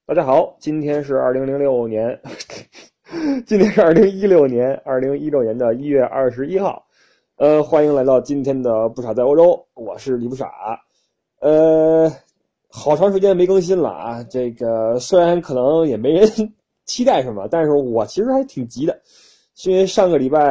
大家好，今天是2006年，今天是2016年的1月21号，欢迎来到今天的不傻在欧洲，我是李不傻，好长时间没更新了啊，这个虽然可能也没人期待什么，但是我其实还挺急的，因为上个礼拜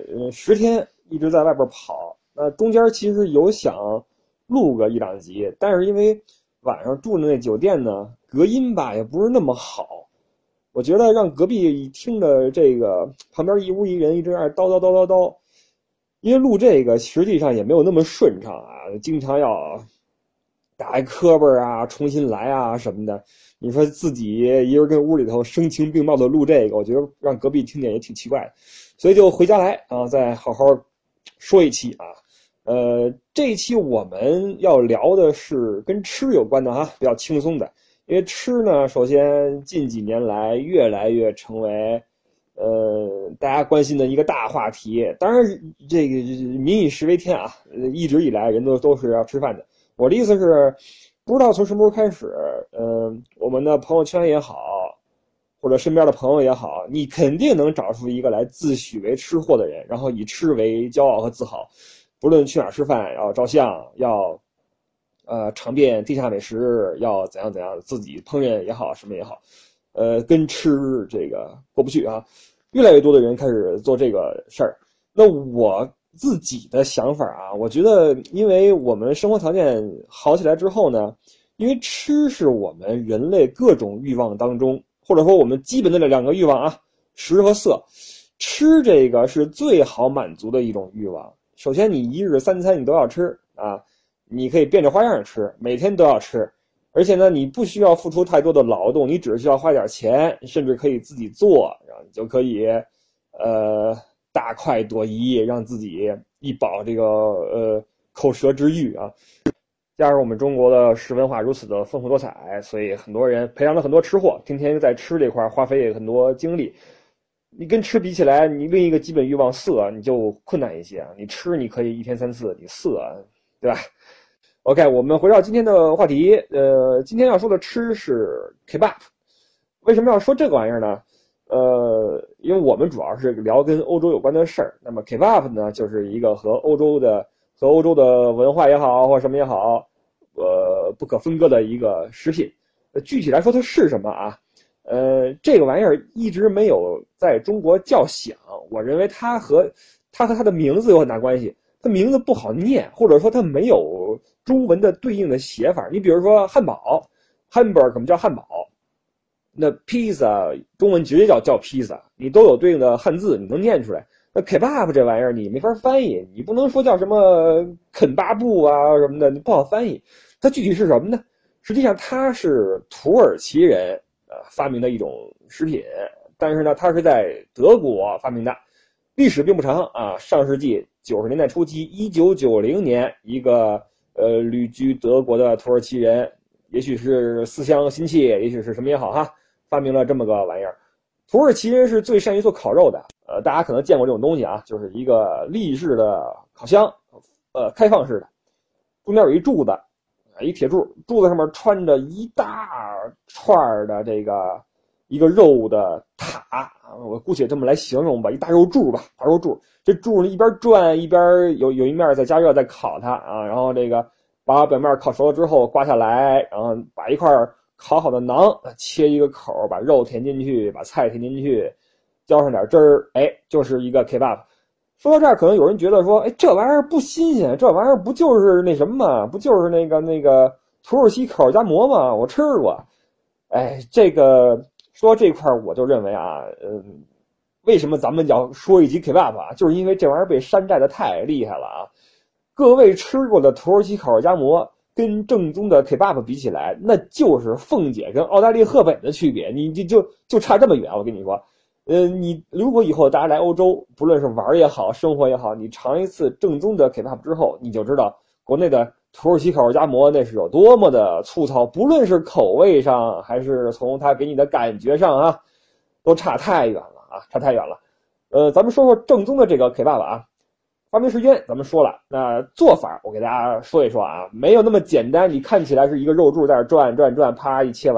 10天一直在外边跑，中间其实有想录个一两集，但是因为晚上住的那酒店呢，隔音吧也不是那么好，我觉得让隔壁听着这个旁边一屋一人一直在那叨叨叨叨叨，因为录这个实际上也没有那么顺畅啊，经常要打开磕巴啊，重新来啊什么的。你说自己一人跟屋里头声情并茂的录这个，我觉得让隔壁听见也挺奇怪的，所以就回家来啊，再好好说一期啊。这一期我们要聊的是跟吃有关的哈，比较轻松的。因为吃呢，首先近几年来越来越成为大家关心的一个大话题。当然，这个民以食为天啊，一直以来人都是要吃饭的。我的意思是，不知道从什么时候开始，我们的朋友圈也好，或者身边的朋友也好，你肯定能找出一个来自诩为吃货的人，然后以吃为骄傲和自豪。不论去哪儿吃饭，要照相，要尝遍地下美食，要怎样怎样，自己烹饪也好，什么也好，跟吃这个过不去啊。越来越多的人开始做这个事儿。那我自己的想法啊，我觉得因为我们生活条件好起来之后呢，因为吃是我们人类各种欲望当中，或者说我们基本的两个欲望啊，食和色，吃这个是最好满足的一种欲望。首先你一日三餐你都要吃啊，你可以变着花样吃，每天都要吃，而且呢你不需要付出太多的劳动，你只需要花点钱，甚至可以自己做，然后你就可以大快朵颐，让自己一饱这个口舌之欲啊。加上我们中国的食文化如此的丰富多彩，所以很多人培养了很多吃货，天天在吃这块花费很多精力。你跟吃比起来，你另一个基本欲望色你就困难一些啊。你吃你可以1天3次，你色对吧 ？OK， 我们回到今天的话题，今天要说的吃是 kebab。为什么要说这个玩意儿呢？因为我们主要是聊跟欧洲有关的事儿。那么 kebab 呢，就是一个和欧洲的文化也好，或什么也好，不可分割的一个食品。具体来说它是什么啊？这个玩意儿一直没有在中国叫响，我认为它和它的名字有很大关系。它名字不好念，或者说它没有中文的对应的写法。你比如说汉堡 ，hamburger 我们叫汉堡，那 pizza 中文直接叫披萨，你都有对应的汉字，你能念出来。那 kebab 这玩意儿你没法翻译，你不能说叫什么肯巴布啊什么的，你不好翻译。它具体是什么呢？实际上它是土耳其人发明的一种食品，但是呢，它是在德国发明的，历史并不长啊。上世纪90年代初期，1990年，一个旅居德国的土耳其人，也许是思乡心切，也许是什么也好哈，发明了这么个玩意儿。土耳其人是最善于做烤肉的，大家可能见过这种东西啊，就是一个立式的烤箱，开放式的，中间有一柱子。一铁柱，柱子上面穿着一大串的这个一个肉的塔，我姑且这么来形容吧，一大肉柱吧，大肉柱。这柱一边转一边有一面在加热在烤它啊，然后这个把表面烤熟了之后刮下来，然后把一块烤好的馕切一个口，把肉填进去，把菜填进去，浇上点汁儿，就是一个 kebab。说到这儿，可能有人觉得说，这玩意儿不新鲜，这玩意儿不就是那什么吗？不就是那个土耳其烤夹馍吗？我吃过。这个说这块我就认为啊，为什么咱们要说一集 kebab 啊？就是因为这玩意儿被山寨的太厉害了啊！各位吃过的土耳其烤夹馍跟正宗的 kebab 比起来，那就是凤姐跟奥黛丽赫本的区别，你就差这么远，我跟你说。你如果以后大家来欧洲，不论是玩也好，生活也好，你尝一次正宗的 kebab 之后，你就知道国内的土耳其烤肉夹馍那是有多么的粗糙，不论是口味上，还是从它给你的感觉上啊，都差太远了啊，差太远了。咱们说说正宗的这个 kebab 啊，发明时间咱们说了，那做法我给大家说一说啊，没有那么简单，你看起来是一个肉柱在那转，啪一切完了。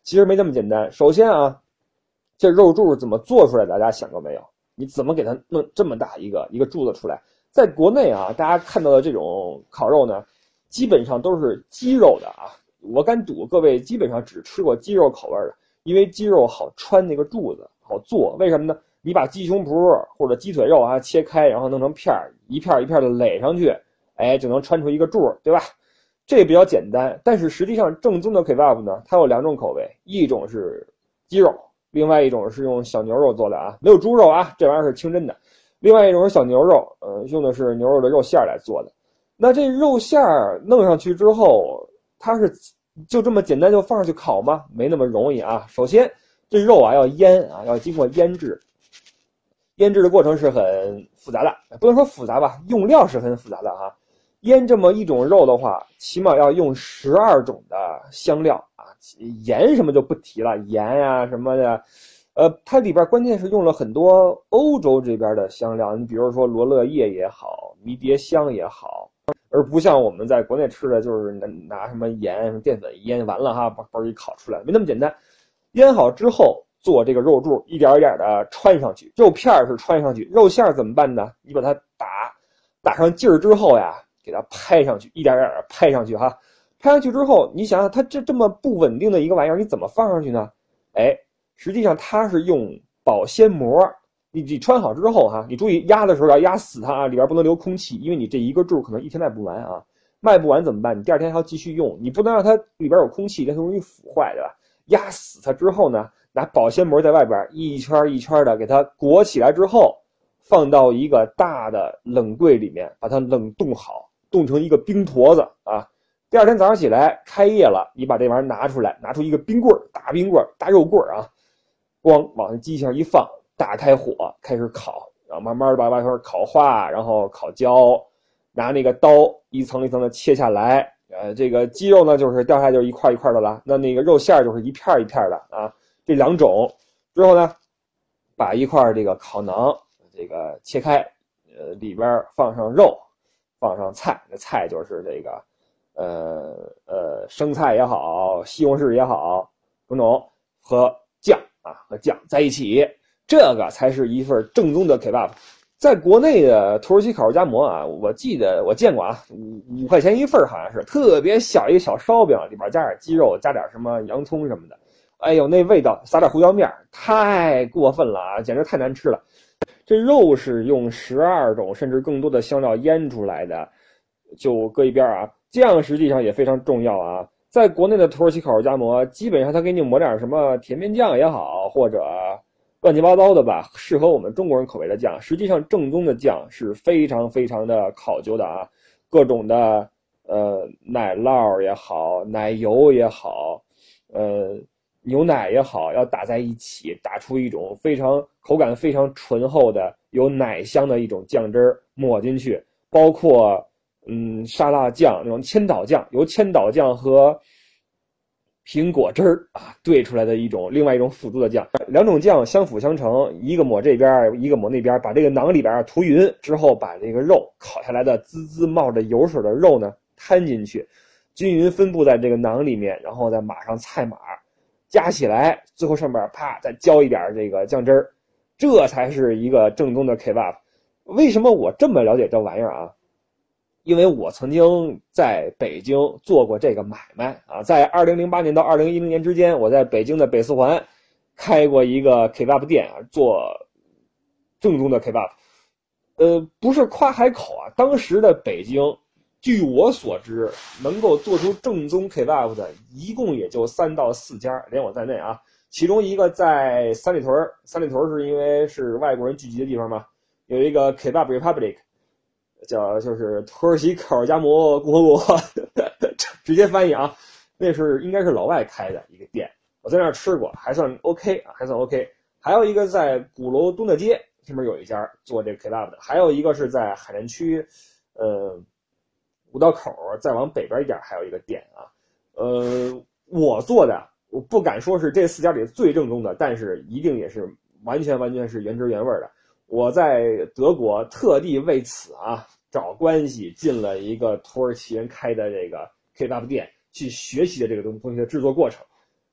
其实没那么简单。首先啊，这肉柱是怎么做出来的？大家想过没有？你怎么给它弄这么大一个柱子出来？在国内啊，大家看到的这种烤肉呢，基本上都是鸡肉的啊。我敢赌各位基本上只吃过鸡肉口味的，因为鸡肉好穿那个柱子，好做。为什么呢？你把鸡胸脯或者鸡腿肉啊切开，然后弄成片儿，一片一片的垒上去，哎，就能穿出一个柱，对吧？这个比较简单。但是实际上正宗的 kebab 呢，它有2种口味，一种是鸡肉，另外一种是用小牛肉做的啊，没有猪肉啊，这玩意儿是清真的。另外一种是小牛肉，用的是牛肉的肉馅来做的。那这肉馅弄上去之后，它是就这么简单就放上去烤吗？没那么容易啊。首先这肉啊要腌啊，要经过腌制。腌制的过程是很复杂的，不能说复杂吧，用料是很复杂的啊。腌这么一种肉的话，起码要用12种的香料啊，盐什么就不提了，盐呀什么的，它里边关键是用了很多欧洲这边的香料，你比如说罗勒叶也好，迷迭香也好，而不像我们在国内吃的就是拿什么盐、什么淀粉腌完了哈，把一烤出来，没那么简单。腌好之后，做这个肉柱，一点一点的穿上去，肉片是穿上去，肉馅怎么办呢？你把它打上劲儿之后呀，给它拍上去，一点点的拍上去哈。拍上去之后，你想想它这么不稳定的一个玩意儿，你怎么放上去呢？哎，实际上它是用保鲜膜。你穿好之后哈，你注意压的时候要压死它啊，里边不能留空气，因为你这一个柱可能一天卖不完啊。卖不完怎么办？你第2天还要继续用，你不能让它里边有空气，它就容易腐坏，对吧？压死它之后呢，拿保鲜膜在外边一圈一圈的给它裹起来之后，放到一个大的冷柜里面，把它冷冻好，冻成一个冰坨子啊。第2天早上起来开业了，你把这玩意儿拿出来，拿出一个冰棍儿，大冰棍儿，大肉棍儿啊，咣往机器上一放，打开火开始烤，然后慢慢的把外边烤化，然后烤焦，拿那个刀一层一层的切下来。这个鸡肉呢，就是掉下来就是一块一块的了，那个肉馅就是一片一片的啊。这2种之后呢，把一块这个烤馕这个切开，里边放上肉，放上菜，那菜就是这个生菜也好，西红柿也好，种种和酱在一起，这个才是一份正宗的 kebab。在国内的土耳其烤肉夹馍啊，我记得我见过啊，5块钱一份，好像是特别小一个小烧饼，里边加点鸡肉，加点什么洋葱什么的。哎呦，那味道，撒点胡椒面，太过分了啊，简直太难吃了。这肉是用12种甚至更多的香料腌出来的，就搁一边啊。酱实际上也非常重要啊。在国内的土耳其烤肉夹馍，基本上他给你抹点什么甜面酱也好，或者乱七八糟的吧，适合我们中国人口味的酱。实际上正宗的酱是非常非常的考究的啊，各种的奶酪也好，奶油也好，牛奶也好，要打在一起，打出一种口感非常醇厚的有奶香的一种酱汁儿抹进去，包括沙拉酱那种千岛酱，由千岛酱和苹果汁儿啊兑出来的另外一种辅助的酱，2种酱相辅相成，一个抹这边，一个抹那边，把这个馕里边涂匀之后，把这个肉烤下来的滋滋冒着油水的肉呢摊进去，均匀分布在这个馕里面，然后再码上菜码，加起来，最后上面啪再浇一点这个酱汁儿，这才是一个正宗的 kebab。为什么我这么了解这玩意儿啊？因为我曾经在北京做过这个买卖啊，在2008年到2010年之间，我在北京的北四环开过一个 kebab 店啊，做正宗的 kebab。不是夸海口啊，当时的北京，据我所知，能够做出正宗 kebab 的，一共也就3到4家，连我在内啊。其中一个在三里屯是因为是外国人聚集的地方嘛，有一个 Kebab Republic。就是土耳其烤肉夹馍共和国，直接翻译啊，那应该是老外开的一个店，我在那儿吃过，还算 OK 啊，还算 OK。还有一个在鼓楼东大街上面有一家做这个 kebab 的，还有一个是在海淀区，五道口再往北边一点还有一个店啊，我做的我不敢说是这4家里最正宗的，但是一定也是完全是原汁原味的。我在德国特地为此啊找关系进了一个土耳其人开的这个 kebab 店，去学习的这个东西的制作过程。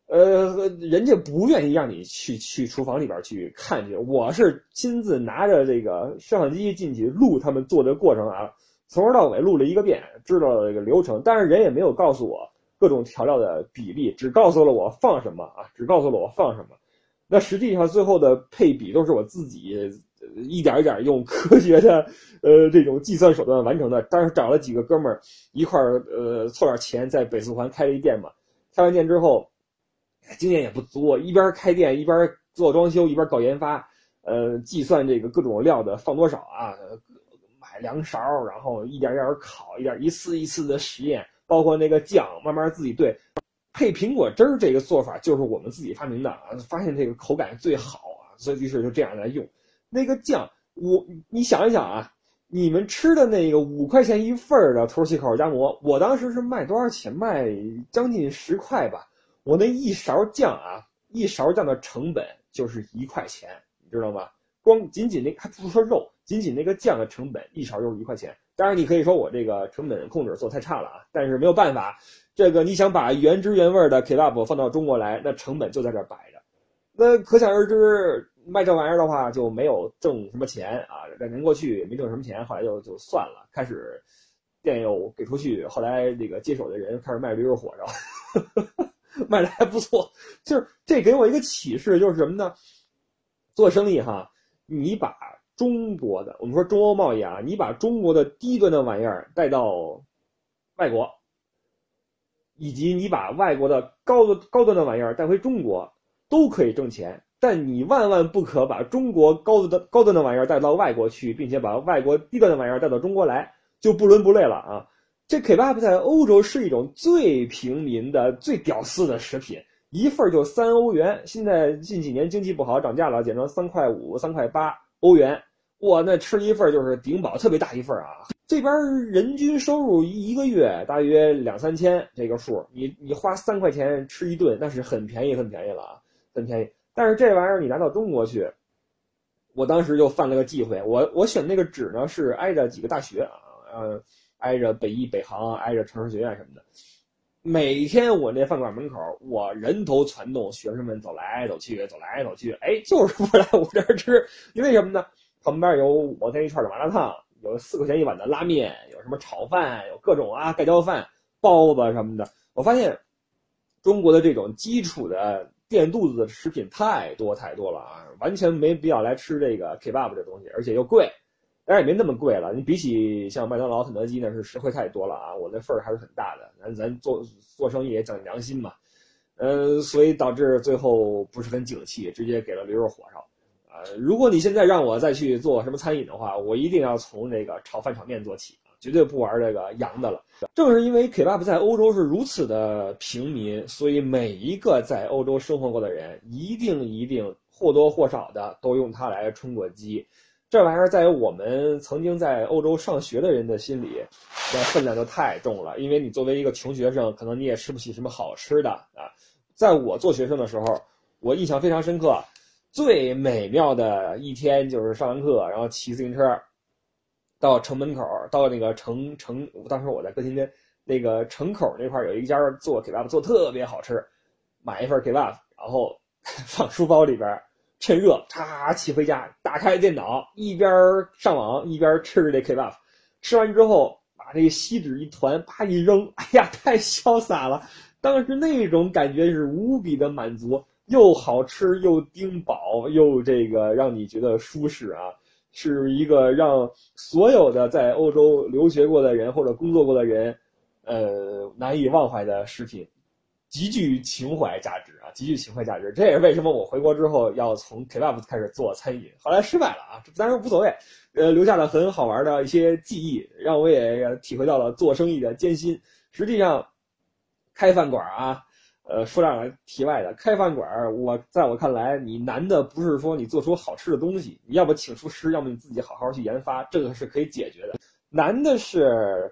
人家不愿意让你去厨房里边去看去，我是亲自拿着这个摄像机进去录他们做的过程啊，从头到尾录了一个遍，知道了这个流程，但是人也没有告诉我各种调料的比例，只告诉了我放什么啊，只告诉了我放什么。那实际上最后的配比都是我自己一点一点用科学的这种计算手段完成的。当时找了几个哥们儿一块儿凑点钱，在北四环开了一店嘛。开完店之后，经验也不足，一边开店一边做装修一边搞研发，计算这个各种料的放多少啊，买量勺，然后一点点烤，一次一次的实验，包括那个酱慢慢自己兑。配苹果汁儿这个做法就是我们自己发明的啊，发现这个口感最好啊，所以于是就这样来用。那个酱，你想一想啊，你们吃的那个5块钱一份的土耳其烤肉夹馍，我当时是卖多少钱？卖将近10块吧。我那一勺酱啊，一勺酱的成本就是1块钱，你知道吗？仅仅那还不说肉，仅仅那个酱的成本一勺就是1块钱。当然你可以说我这个成本控制做太差了啊，但是没有办法，这个你想把原汁原味的 kebab 放到中国来，那成本就在这摆着。那可想而知，卖这玩意儿的话就没有挣什么钱啊，2年过去也没挣什么钱，后来就算了，开始店又给出去，后来这个接手的人开始卖驴肉火烧卖的还不错。就是这给我一个启示，就是什么呢？做生意哈，你把中国的，我们说中欧贸易啊，你把中国的低端的玩意儿带到外国，以及你把外国的高端的玩意儿带回中国，都可以挣钱。但你万万不可把中国高端的玩意儿带到外国去，并且把外国低端的玩意儿带到中国来，就不伦不类了啊！这 kebab 在欧洲是一种最平民的、最屌丝的食品，一份就3欧元。现在近几年经济不好，涨价了，减成3块5、3块8欧元。哇，那吃一份就是顶饱，特别大一份啊！这边人均收入一个月大约2、3千这个数，你花3块钱吃一顿，那是很便宜了啊，很便宜。但是这玩意儿你拿到中国去，我当时就犯了个忌讳，我选那个址呢是挨着几个大学啊，挨着北医、北航，挨着城市学院什么的。每天我那饭馆门口，我人头攒动，学生们走来走去，哎，就是不来我这儿吃，因为什么呢？旁边有5毛钱一串的麻辣烫，有4块钱一碗的拉面，有什么炒饭，有各种啊盖浇饭、包子什么的。我发现中国的这种基础的垫肚子的食品太多了啊，完全没必要来吃这个 kebab 这东西，而且又贵。当然也没那么贵了，你比起像麦当劳、肯德基那是实惠太多了啊！我那份儿还是很大的，咱做生意也讲良心嘛，所以导致最后不是很景气，直接给了驴肉火烧。如果你现在让我再去做什么餐饮的话，我一定要从这个炒饭炒面做起，绝对不玩这个洋的了。正是因为 kebab 在欧洲是如此的平民，所以每一个在欧洲生活过的人，一定或多或少的都用它来充过饥。这玩意儿在我们曾经在欧洲上学的人的心里，那分量就太重了。因为你作为一个穷学生，可能你也吃不起什么好吃的啊。在我做学生的时候，我印象非常深刻，最美妙的一天就是上完课，然后骑自行车到城门口，到那个当时我在歌厅街那个城口那块有一家做 kebab 做特别好吃，买一份 kebab， 然后放书包里边。趁热，骑回家，打开电脑，一边上网一边吃这 kebab， 吃完之后把这个锡纸一团，啪一扔，哎呀，太潇洒了！当时那种感觉是无比的满足，又好吃又丁饱，又这个让你觉得舒适啊，是一个让所有的在欧洲留学过的人或者工作过的人，难以忘怀的食品。极具情怀价值啊，极具情怀价值。这也是为什么我回国之后要从 kebab 开始做餐饮，后来失败了啊，当然无所谓，留下了很好玩的一些记忆，让我也体会到了做生意的艰辛。实际上，开饭馆啊，说点题外的，开饭馆，在我看来，你难的不是说你做出好吃的东西，你要不请厨师，要么你自己好好去研发，这个是可以解决的。难的是。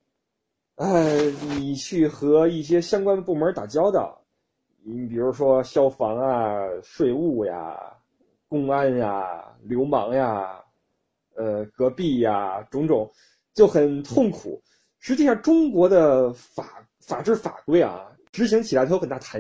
你去和一些相关部门打交道，你比如说消防啊、税务呀、公安呀、流氓呀、隔壁呀，种种就很痛苦。实际上，中国的法治法规啊，执行起来它有很大弹性。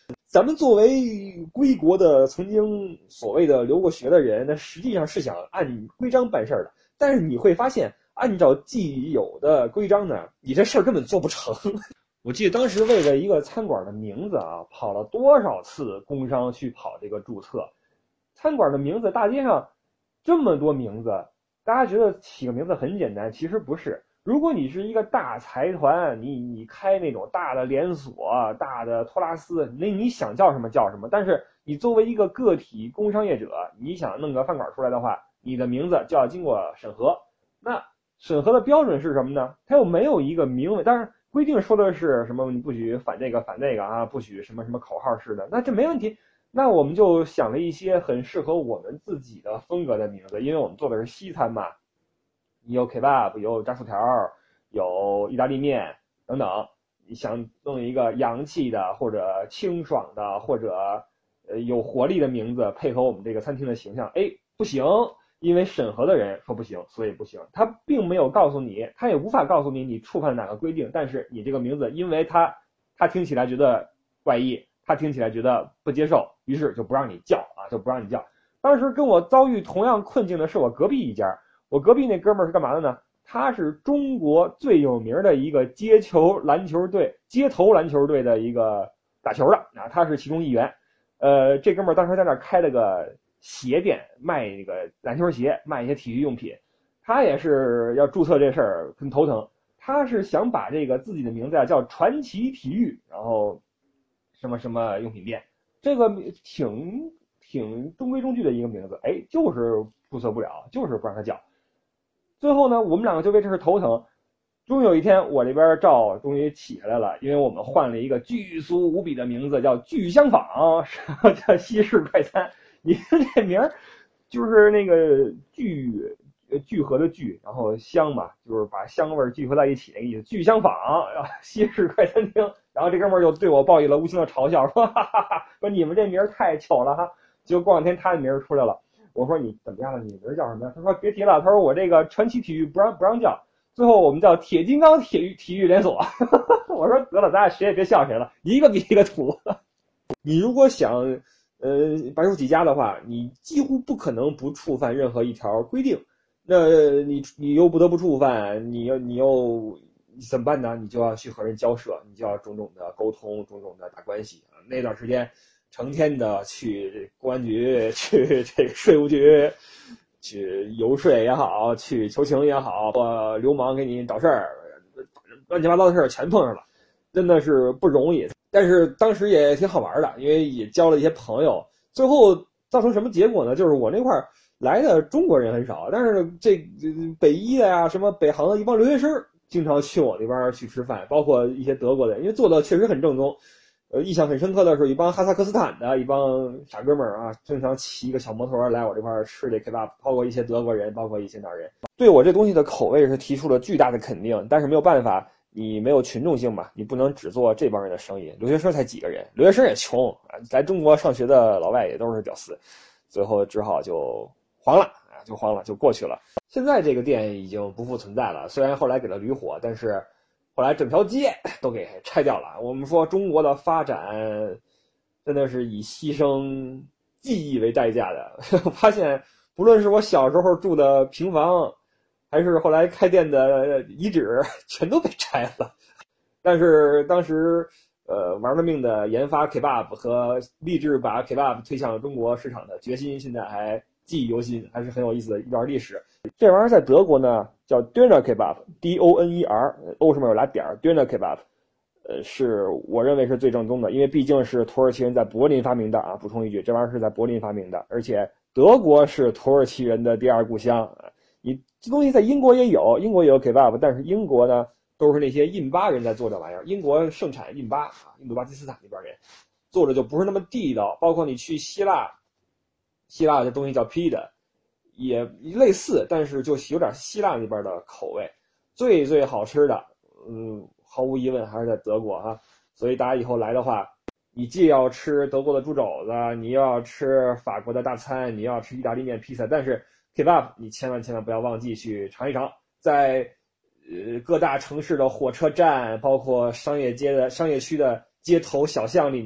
咱们作为归国的曾经所谓的留过学的人，那实际上是想按规章办事的。但是你会发现，按照既有的规章呢，你这事儿根本做不成。我记得当时为了一个餐馆的名字啊，跑了多少次工商去跑这个注册。餐馆的名字，大街上这么多名字，大家觉得起个名字很简单，其实不是。如果你是一个大财团，你开那种大的连锁、大的托拉斯，那你想叫什么叫什么。但是你作为一个个体工商业者，你想弄个饭馆出来的话，你的名字就要经过审核。那审核的标准是什么呢？它又没有一个明文，当然规定说的是什么，你不许反这个反那个啊，不许什么什么口号式的，那这没问题。那我们就想了一些很适合我们自己的风格的名字，因为我们做的是西餐嘛。你有 kebab， 有炸薯条，有意大利面等等。你想弄一个洋气的或者清爽的或者有活力的名字，配合我们这个餐厅的形象，不行，因为审核的人说不行，所以不行。他并没有告诉你，他也无法告诉你你触犯哪个规定，但是你这个名字，因为他听起来觉得怪异，他听起来觉得不接受，于是就不让你叫啊，就不让你叫。当时跟我遭遇同样困境的是我隔壁一家。我隔壁那哥们儿是干嘛的呢？他是中国最有名的一个街头篮球队的一个打球的啊，他是其中一员。这哥们儿当时在那儿开了个鞋店，卖那个篮球鞋，卖一些体育用品。他也是要注册这事儿很头疼，他是想把这个自己的名字叫传奇体育，然后什么什么用品店，这个挺中规中矩的一个名字，就是注册不了，就是不让他叫。最后呢，我们两个就为这事头疼。终于有一天，我这边照终于起下来了，因为我们换了一个巨俗无比的名字，叫聚香坊，叫西式快餐。你这名儿就是那个聚合的聚，然后香嘛，就是把香味聚合在一起那个意思。聚香坊，西式快餐厅。然后这哥们儿就对我报以了无情的嘲笑，说哈哈哈，说你们这名儿太糗了哈。结果过两天他的名儿出来了。我说你怎么样了？你名叫什么呀？他说别提了。他说我这个传奇体育不让叫，最后我们叫铁金刚体育连锁。我说得了，咱俩谁也别笑谁了，一个比一个土。你如果想白手起家的话，你几乎不可能不触犯任何一条规定。那你又不得不触犯，你又怎么办呢？你就要去和人交涉，你就要种种的沟通，种种的打关系啊。那段时间成天的去公安局，去这个税务局，去游说也好，去求情也好，流氓给你找事儿，乱七八糟的事儿全碰上了，真的是不容易。但是当时也挺好玩的，因为也交了一些朋友。最后造成什么结果呢？就是我那块来的中国人很少，但是这北医的呀，什么北航的一帮留学生经常去我那边去吃饭，包括一些德国的，因为做的确实很正宗。印象很深刻的是，一帮哈萨克斯坦的一帮傻哥们儿啊，经常骑一个小摩托来我这块吃这 kebab， 包括一些德国人，包括一些哪儿人，对我这东西的口味是提出了巨大的肯定。但是没有办法，你没有群众性嘛，你不能只做这帮人的生意。留学生才几个人，留学生也穷啊，来中国上学的老外也都是屌丝，最后只好就黄了，就过去了。现在这个店已经不复存在了，虽然后来给了驴火，但是后来整条街都给拆掉了。我们说中国的发展真的是以牺牲记忆为代价的。我发现不论是我小时候住的平房，还是后来开店的遗址，全都被拆了。但是当时玩了命的研发 kebab 和立志把 kebab 推向中国市场的决心，现在还记忆犹新，还是很有意思的一段历史。这玩意儿在德国呢叫 Döner Kebab， D-O-N-E-R， O 上面有俩点 Döner Kebab， 是我认为是最正宗的，因为毕竟是土耳其人在柏林发明的啊。补充一句，这玩意儿是在柏林发明的，而且德国是土耳其人的第二故乡。你这东西在英国也有 Kebab， 但是英国呢都是那些印巴人在做这玩意儿，英国盛产印巴啊，印度巴基斯坦那边人做的就不是那么地道。包括你去希腊这东西叫 pita， 也类似，但是就有点希腊那边的口味。最好吃的毫无疑问还是在德国啊。所以大家以后来的话，你既要吃德国的猪肘子，你又要吃法国的大餐，你要吃意大利面披萨，但是 kebab 你千万不要忘记去尝一尝。在各大城市的火车站，包括商业区的街头小巷里面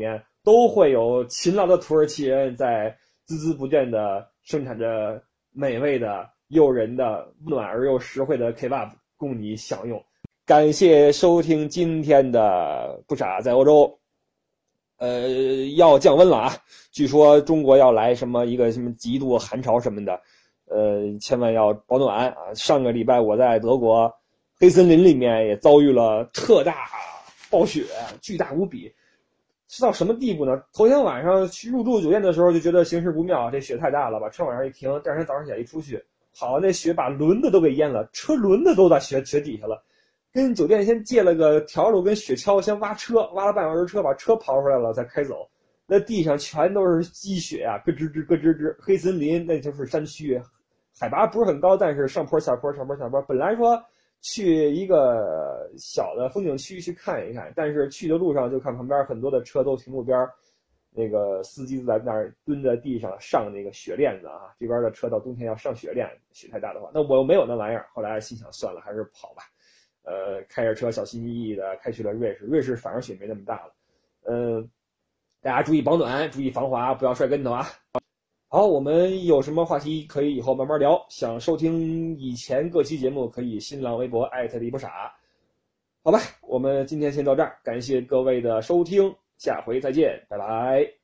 都会有勤劳的土耳其人在孜孜不倦地生产着美味的、诱人的、温暖而又实惠的 kebab 供你享用。感谢收听今天的不傻在欧洲。要降温了啊！据说中国要来一个什么极度寒潮什么的，千万要保暖啊！上个礼拜我在德国黑森林里面也遭遇了特大暴雪，巨大无比。是到什么地步呢？头天晚上去入住酒店的时候就觉得形势不妙，这雪太大了，把车往上一停，第二天早上起来一出去，好，那雪把轮子都给淹了，车轮子都在雪底下了。跟酒店先借了个笤帚跟雪橇，先挖车，挖了半小时车，把车刨出来了才开走。那地上全都是积雪啊，咯吱吱咯吱吱。黑森林那就是山区，海拔不是很高，但是上坡下坡上坡下坡。本来说去一个小的风景区去看一看，但是去的路上就看旁边很多的车都停路边，那个司机在那儿蹲在地上上那个雪链子啊。这边的车到冬天要上雪链，雪太大的话，那我没有那玩意儿。后来心想算了，还是跑吧。开着车小心翼翼的开去了瑞士，瑞士反而雪没那么大了。大家注意保暖，注意防滑，不要摔跟头啊。好，我们有什么话题可以以后慢慢聊。想收听以前各期节目，可以新浪微博李不傻。好吧，我们今天先到这儿，感谢各位的收听，下回再见，拜拜。